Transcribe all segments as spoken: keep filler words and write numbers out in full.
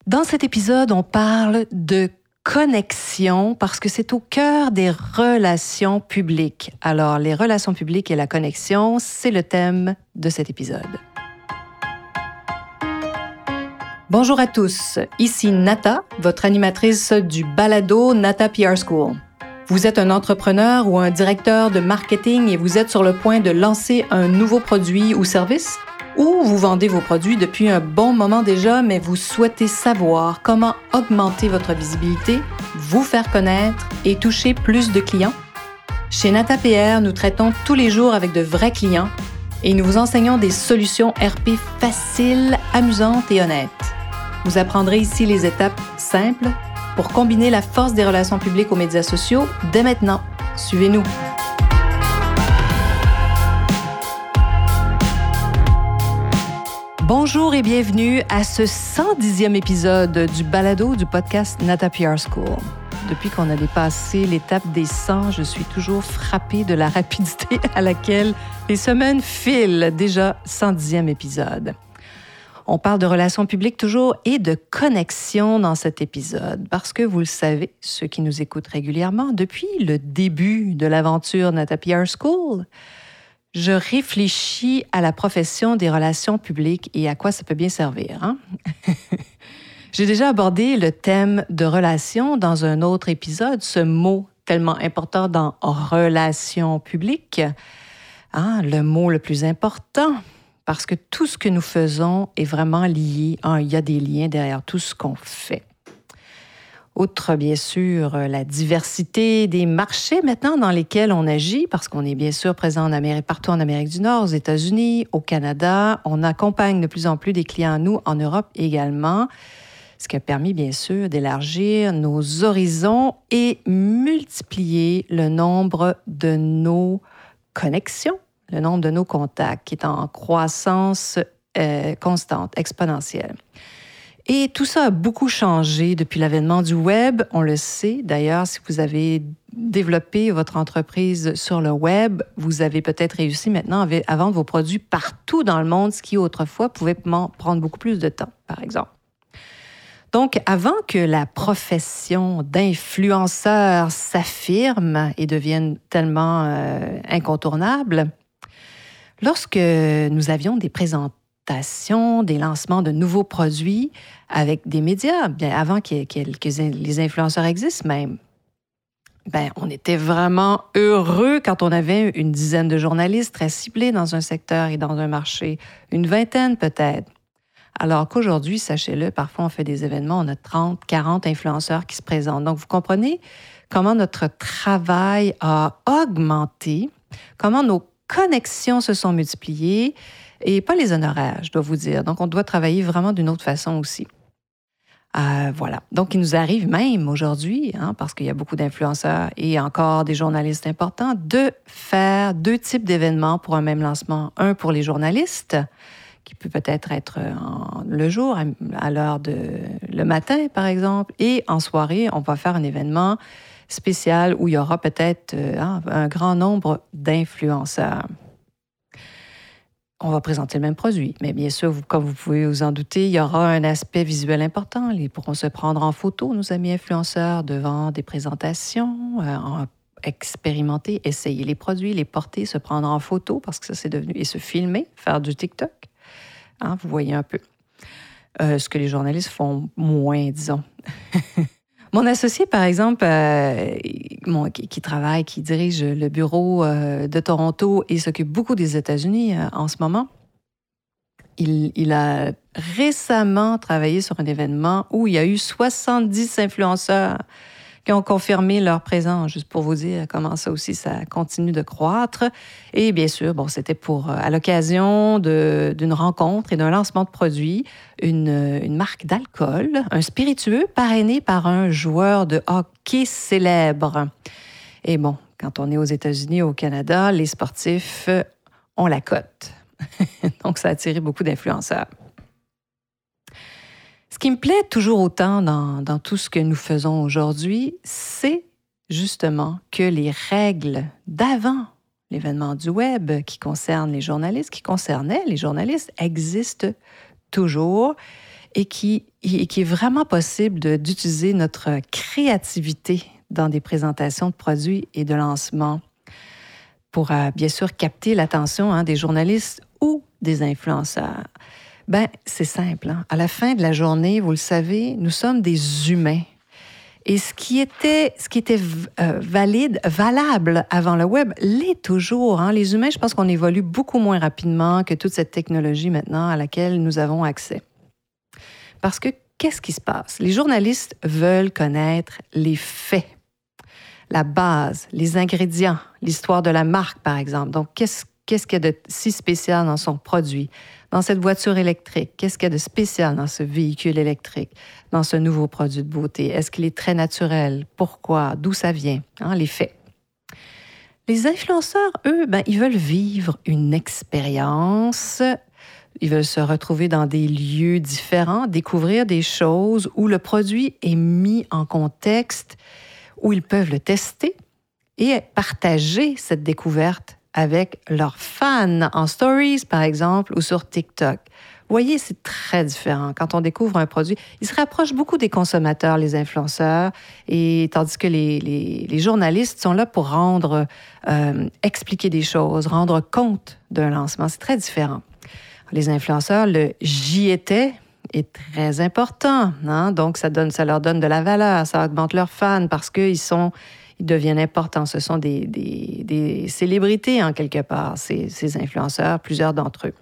Dans cet épisode, on parle de connexion parce que c'est au cœur des relations publiques. Alors, les relations publiques et la connexion, c'est le thème de cet épisode. Bonjour à tous, ici Nata, votre animatrice du balado Nata P R School. Vous êtes un entrepreneur ou un directeur de marketing et vous êtes sur le point de lancer un nouveau produit ou service? Ou vous vendez vos produits depuis un bon moment déjà, mais vous souhaitez savoir comment augmenter votre visibilité, vous faire connaître et toucher plus de clients? Chez Nata P R, nous traitons tous les jours avec de vrais clients et nous vous enseignons des solutions R P faciles, amusantes et honnêtes. Vous apprendrez ici les étapes simples pour combiner la force des relations publiques aux médias sociaux dès maintenant. Suivez-nous. Bonjour et bienvenue à ce cent dixième épisode du balado du podcast Nata P R School. Depuis qu'on a dépassé l'étape des cent, je suis toujours frappée de la rapidité à laquelle les semaines filent. Déjà cent dixième épisode. On parle de relations publiques toujours et de connexion dans cet épisode parce que vous le savez, ceux qui nous écoutent régulièrement, depuis le début de l'aventure Nata P R School, je réfléchis à la profession des relations publiques et à quoi ça peut bien servir. Hein? J'ai déjà abordé le thème de relations dans un autre épisode, ce mot tellement important dans relations publiques, hein, le mot le plus important, parce que tout ce que nous faisons est vraiment lié. Hein, il y a des liens derrière tout ce qu'on fait. Outre, bien sûr, la diversité des marchés maintenant dans lesquels on agit, parce qu'on est bien sûr présent en Amérique, partout en Amérique du Nord, aux États-Unis, au Canada. On accompagne de plus en plus des clients à nous en Europe également, ce qui a permis, bien sûr, d'élargir nos horizons et multiplier le nombre de nos connexions, le nombre de nos contacts, qui est en croissance euh, constante, exponentielle. Et tout ça a beaucoup changé depuis l'avènement du web. On le sait. D'ailleurs, si vous avez développé votre entreprise sur le web, vous avez peut-être réussi maintenant à vendre vos produits partout dans le monde, ce qui autrefois pouvait prendre beaucoup plus de temps, par exemple. Donc, avant que la profession d'influenceur s'affirme et devienne tellement euh, incontournable, lorsque nous avions des présentations, des lancements de nouveaux produits avec des médias, bien avant que, que, que les influenceurs existent même, ben, on était vraiment heureux quand on avait une dizaine de journalistes très ciblés dans un secteur et dans un marché, une vingtaine peut-être. Alors qu'aujourd'hui, sachez-le, parfois on fait des événements, on a trente, quarante influenceurs qui se présentent. Donc, vous comprenez comment notre travail a augmenté, comment nos connexions se sont multipliées, et pas les honoraires, je dois vous dire. Donc, on doit travailler vraiment d'une autre façon aussi. Euh, voilà. Donc, il nous arrive même aujourd'hui, hein, parce qu'il y a beaucoup d'influenceurs et encore des journalistes importants, de faire deux types d'événements pour un même lancement. Un pour les journalistes, qui peut peut-être être en, le jour, à, à l'heure de le matin, par exemple, et en soirée, on va faire un événement spécial où il y aura peut-être euh, hein, un grand nombre d'influenceurs. On va présenter le même produit, mais bien sûr, vous, comme vous pouvez vous en douter, il y aura un aspect visuel important. Ils pourront se prendre en photo, nos amis influenceurs, devant des présentations, euh, en expérimenter, essayer les produits, les porter, se prendre en photo, parce que ça, c'est devenu... et se filmer, faire du TikTok. Hein, vous voyez un peu euh, ce que les journalistes font moins, disons. Mon associé, par exemple, euh, mon, qui, qui travaille, qui dirige le bureau euh, de Toronto et s'occupe beaucoup des États-Unis euh, en ce moment, il, il a récemment travaillé sur un événement où il y a eu soixante-dix influenceurs qui ont confirmé leur présence, juste pour vous dire comment ça aussi, ça continue de croître. Et bien sûr, bon, c'était pour, à l'occasion de, d'une rencontre et d'un lancement de produits, une, une marque d'alcool, un spiritueux parrainé par un joueur de hockey célèbre. Et bon, quand on est aux États-Unis, au Canada, les sportifs ont la cote. Donc, ça a attiré beaucoup d'influenceurs. Ce qui me plaît toujours autant dans, dans tout ce que nous faisons aujourd'hui, c'est justement que les règles d'avant l'événement du web qui concerne les journalistes, qui concernait les journalistes, existent toujours et qui, et qui est vraiment possible de, d'utiliser notre créativité dans des présentations de produits et de lancement pour, euh, bien sûr, capter l'attention hein, des journalistes ou des influenceurs. Ben, c'est simple. Hein? À la fin de la journée, vous le savez, nous sommes des humains. Et ce qui était, ce qui était euh, valide, valable avant le web, l'est toujours. Hein? Les humains, je pense qu'on évolue beaucoup moins rapidement que toute cette technologie maintenant à laquelle nous avons accès. Parce que qu'est-ce qui se passe? Les journalistes veulent connaître les faits, la base, les ingrédients, l'histoire de la marque, par exemple. Donc, qu'est-ce, qu'est-ce qu'il y a de si spécial dans son produit? Dans cette voiture électrique, qu'est-ce qu'il y a de spécial dans ce véhicule électrique, dans ce nouveau produit de beauté? Est-ce qu'il est très naturel? Pourquoi? D'où ça vient? Hein, les faits. Les influenceurs, eux, ben, ils veulent vivre une expérience. Ils veulent se retrouver dans des lieux différents, découvrir des choses où le produit est mis en contexte, où ils peuvent le tester et partager cette découverte avec leurs fans en stories, par exemple, ou sur TikTok. Vous voyez, c'est très différent. Quand on découvre un produit, ils se rapprochent beaucoup des consommateurs, les influenceurs, et tandis que les, les, les journalistes sont là pour rendre, euh, expliquer des choses, rendre compte d'un lancement. C'est très différent. Les influenceurs, le « j'y étais » est très important. Hein? Donc, ça, donne, ça leur donne de la valeur, ça augmente leurs fans parce qu'ils sont... Ils deviennent importants. Ce sont des, des, des célébrités, en quelque part, ces, ces influenceurs, plusieurs d'entre eux.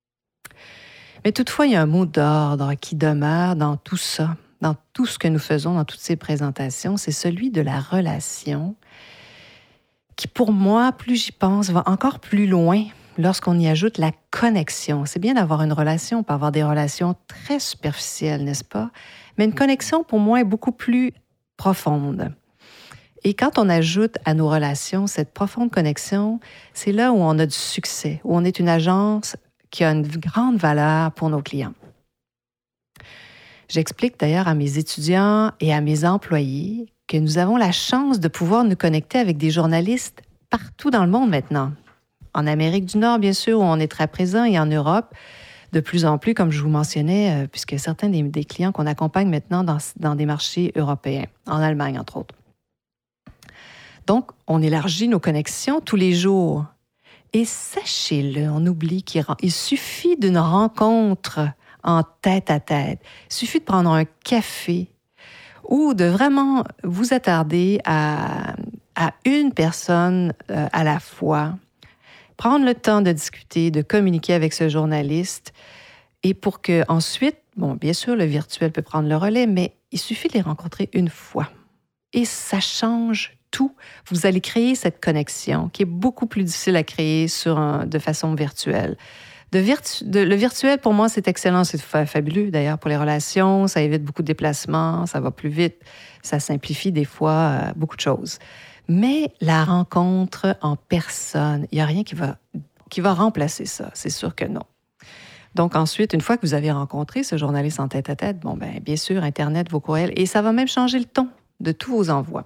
Mais toutefois, il y a un mot d'ordre qui demeure dans tout ça, dans tout ce que nous faisons, dans toutes ces présentations, c'est celui de la relation qui, pour moi, plus j'y pense, va encore plus loin lorsqu'on y ajoute la connexion. C'est bien d'avoir une relation, on peut avoir des relations très superficielles, n'est-ce pas? Mais une connexion, pour moi, est beaucoup plus profonde. Et quand on ajoute à nos relations cette profonde connexion, c'est là où on a du succès, où on est une agence qui a une grande valeur pour nos clients. J'explique d'ailleurs à mes étudiants et à mes employés que nous avons la chance de pouvoir nous connecter avec des journalistes partout dans le monde maintenant. En Amérique du Nord, bien sûr, où on est très présent, et en Europe, de plus en plus, comme je vous mentionnais, puisque certains des, des clients qu'on accompagne maintenant dans, dans des marchés européens, en Allemagne, entre autres. Donc, on élargit nos connexions tous les jours. Et sachez-le, on oublie qu'il il suffit d'une rencontre en tête-à-tête. Il suffit de prendre un café ou de vraiment vous attarder à, à une personne euh, à la fois, prendre le temps de discuter, de communiquer avec ce journaliste et pour que ensuite, bon, bien sûr, le virtuel peut prendre le relais, mais il suffit de les rencontrer une fois. Et ça change tout. Vous allez créer cette connexion qui est beaucoup plus difficile à créer sur un, de façon virtuelle. De virtu, de, le virtuel, pour moi, c'est excellent. C'est fabuleux, d'ailleurs, pour les relations. Ça évite beaucoup de déplacements, ça va plus vite. Ça simplifie des fois euh, beaucoup de choses. Mais la rencontre en personne, il n'y a rien qui va, qui va remplacer ça. C'est sûr que non. Donc ensuite, une fois que vous avez rencontré ce journaliste en tête-à-tête, bon, ben, bien sûr, Internet, vos courriels, et ça va même changer le ton de tous vos envois.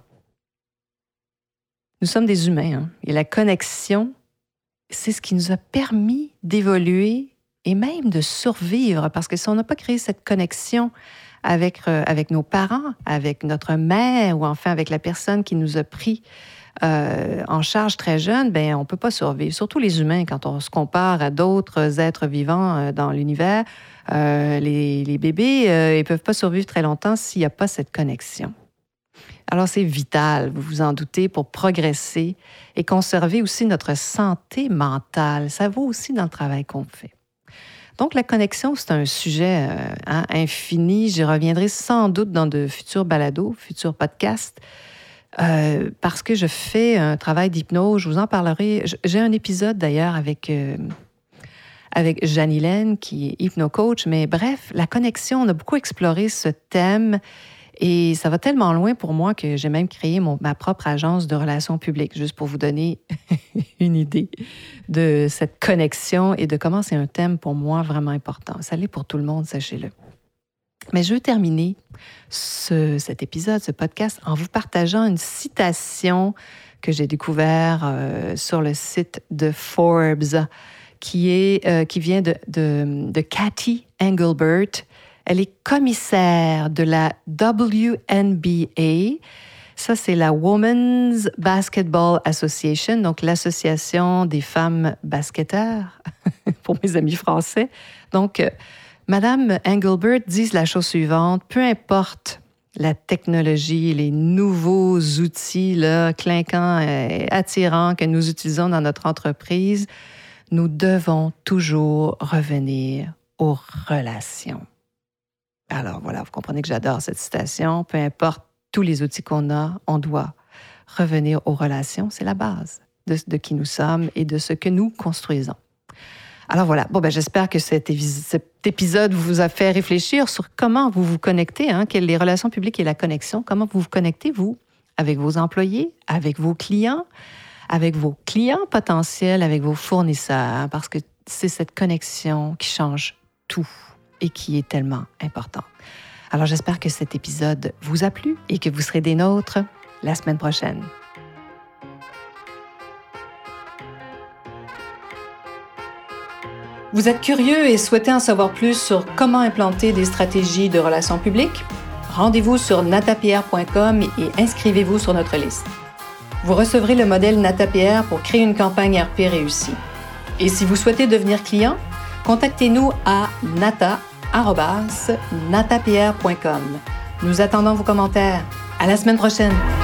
Nous sommes des humains, hein, et la connexion, c'est ce qui nous a permis d'évoluer et même de survivre, parce que si on n'a pas créé cette connexion avec, euh, avec nos parents, avec notre mère ou enfin avec la personne qui nous a pris euh, en charge très jeune, ben on ne peut pas survivre. Surtout les humains, quand on se compare à d'autres êtres vivants euh, dans l'univers, euh, les, les bébés, euh, ils ne peuvent pas survivre très longtemps s'il n'y a pas cette connexion. Alors, c'est vital, vous vous en doutez, pour progresser et conserver aussi notre santé mentale. Ça vaut aussi dans le travail qu'on fait. Donc, la connexion, c'est un sujet euh, hein, infini. J'y reviendrai sans doute dans de futurs balados, futurs podcasts, euh, parce que je fais un travail d'hypnose. Je vous en parlerai. J'ai un épisode, d'ailleurs, avec... Euh, avec Jeanne-Hélène, qui est hypnocoach. Mais bref, la connexion, on a beaucoup exploré ce thème. Et ça va tellement loin pour moi que j'ai même créé mon, ma propre agence de relations publiques, juste pour vous donner une idée de cette connexion et de comment c'est un thème pour moi vraiment important. Ça l'est pour tout le monde, sachez-le. Mais je veux terminer ce, cet épisode, ce podcast, en vous partageant une citation que j'ai découverte euh, sur le site de Forbes, qui, est, euh, qui vient de, de, de Cathy Engelbert. Elle est commissaire de la W N B A. Ça, c'est la Women's Basketball Association, donc l'Association des femmes basketteurs, pour mes amis français. Donc, euh, Madame Engelbert dit la chose suivante, peu importe la technologie, les nouveaux outils là, clinquants et attirants que nous utilisons dans notre entreprise, nous devons toujours revenir aux relations. Alors voilà, vous comprenez que j'adore cette citation. Peu importe tous les outils qu'on a, on doit revenir aux relations. C'est la base de, de qui nous sommes et de ce que nous construisons. Alors voilà, bon, ben, j'espère que cet, évi- cet épisode vous a fait réfléchir sur comment vous vous connectez, hein, quelles les relations publiques et la connexion, comment vous vous connectez, vous, avec vos employés, avec vos clients, avec vos clients potentiels, avec vos fournisseurs, parce que c'est cette connexion qui change tout et qui est tellement importante. Alors j'espère que cet épisode vous a plu et que vous serez des nôtres la semaine prochaine. Vous êtes curieux et souhaitez en savoir plus sur comment implanter des stratégies de relations publiques? Rendez-vous sur natapierre point com et inscrivez-vous sur notre liste. Vous recevrez le modèle NataPierre pour créer une campagne R P réussie. Et si vous souhaitez devenir client, contactez-nous à nata arobase natapierre point com. Nous attendons vos commentaires. À la semaine prochaine!